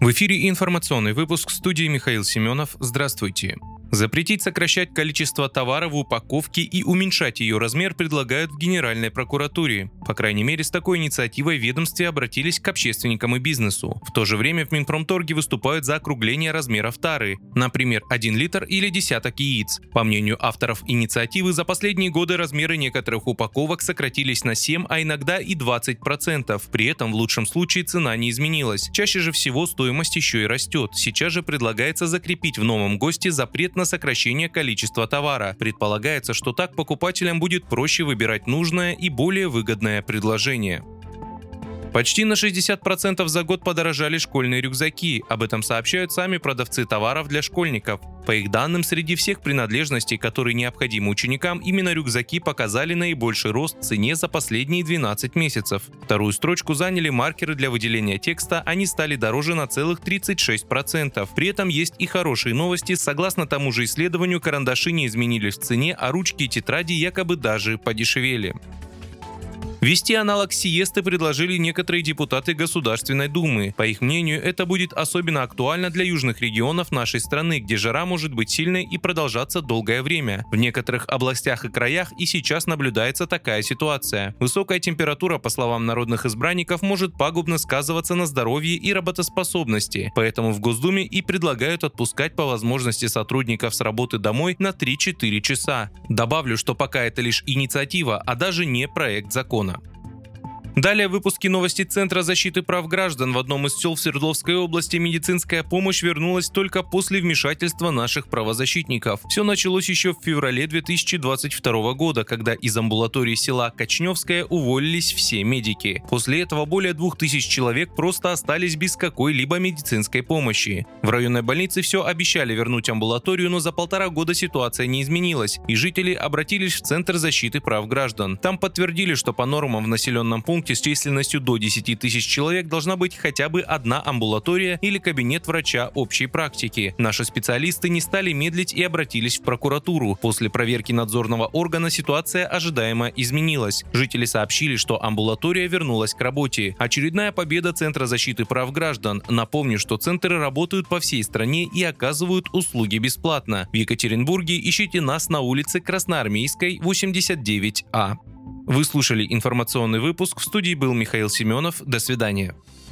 В эфире информационный выпуск, в студии Михаил Семенов. Здравствуйте. Запретить сокращать количество товара в упаковке и уменьшать ее размер предлагают в Генеральной прокуратуре. По крайней мере, с такой инициативой в ведомстве обратились к общественникам и бизнесу. В то же время в Минпромторге выступают за округление размеров тары, например, 1 литр или десяток яиц. По мнению авторов инициативы, за последние годы размеры некоторых упаковок сократились на 7, а иногда и 20%. При этом в лучшем случае цена не изменилась. Чаще же всего стоимость еще и растет. Сейчас же предлагается закрепить в новом ГОСТе запрет на сокращение количества товара. Предполагается, что так покупателям будет проще выбирать нужное и более выгодное предложение. Почти на 60% за год подорожали школьные рюкзаки. Об этом сообщают сами продавцы товаров для школьников. По их данным, среди всех принадлежностей, которые необходимы ученикам, именно рюкзаки показали наибольший рост в цене за последние 12 месяцев. Вторую строчку заняли маркеры для выделения текста, они стали дороже на целых 36%. При этом есть и хорошие новости. Согласно тому же исследованию, карандаши не изменились в цене, а ручки и тетради якобы даже подешевели. Ввести аналог сиесты предложили некоторые депутаты Государственной Думы. По их мнению, это будет особенно актуально для южных регионов нашей страны, где жара может быть сильной и продолжаться долгое время. В некоторых областях и краях и сейчас наблюдается такая ситуация. Высокая температура, по словам народных избранников, может пагубно сказываться на здоровье и работоспособности. Поэтому в Госдуме и предлагают отпускать по возможности сотрудников с работы домой на 3-4 часа. Добавлю, что пока это лишь инициатива, а даже не проект закона. Далее в выпуске новости Центра защиты прав граждан. В одном из сел в Свердловской области медицинская помощь вернулась только после вмешательства наших правозащитников. Все началось еще в феврале 2022 года, когда из амбулатории села Кочневское уволились все медики. После этого более 2000 человек просто остались без какой-либо медицинской помощи. В районной больнице все обещали вернуть амбулаторию, но за 1,5 года ситуация не изменилась, и жители обратились в Центр защиты прав граждан. Там подтвердили, что по нормам в населенном пункте с численностью до 10 тысяч человек должна быть хотя бы одна амбулатория или кабинет врача общей практики. Наши специалисты не стали медлить и обратились в прокуратуру. После проверки надзорного органа ситуация ожидаемо изменилась. Жители сообщили, что амбулатория вернулась к работе. Очередная победа Центра защиты прав граждан. Напомню, что центры работают по всей стране и оказывают услуги бесплатно. В Екатеринбурге ищите нас на улице Красноармейской, 89А. Вы слушали информационный выпуск. В студии был Михаил Семенов. До свидания.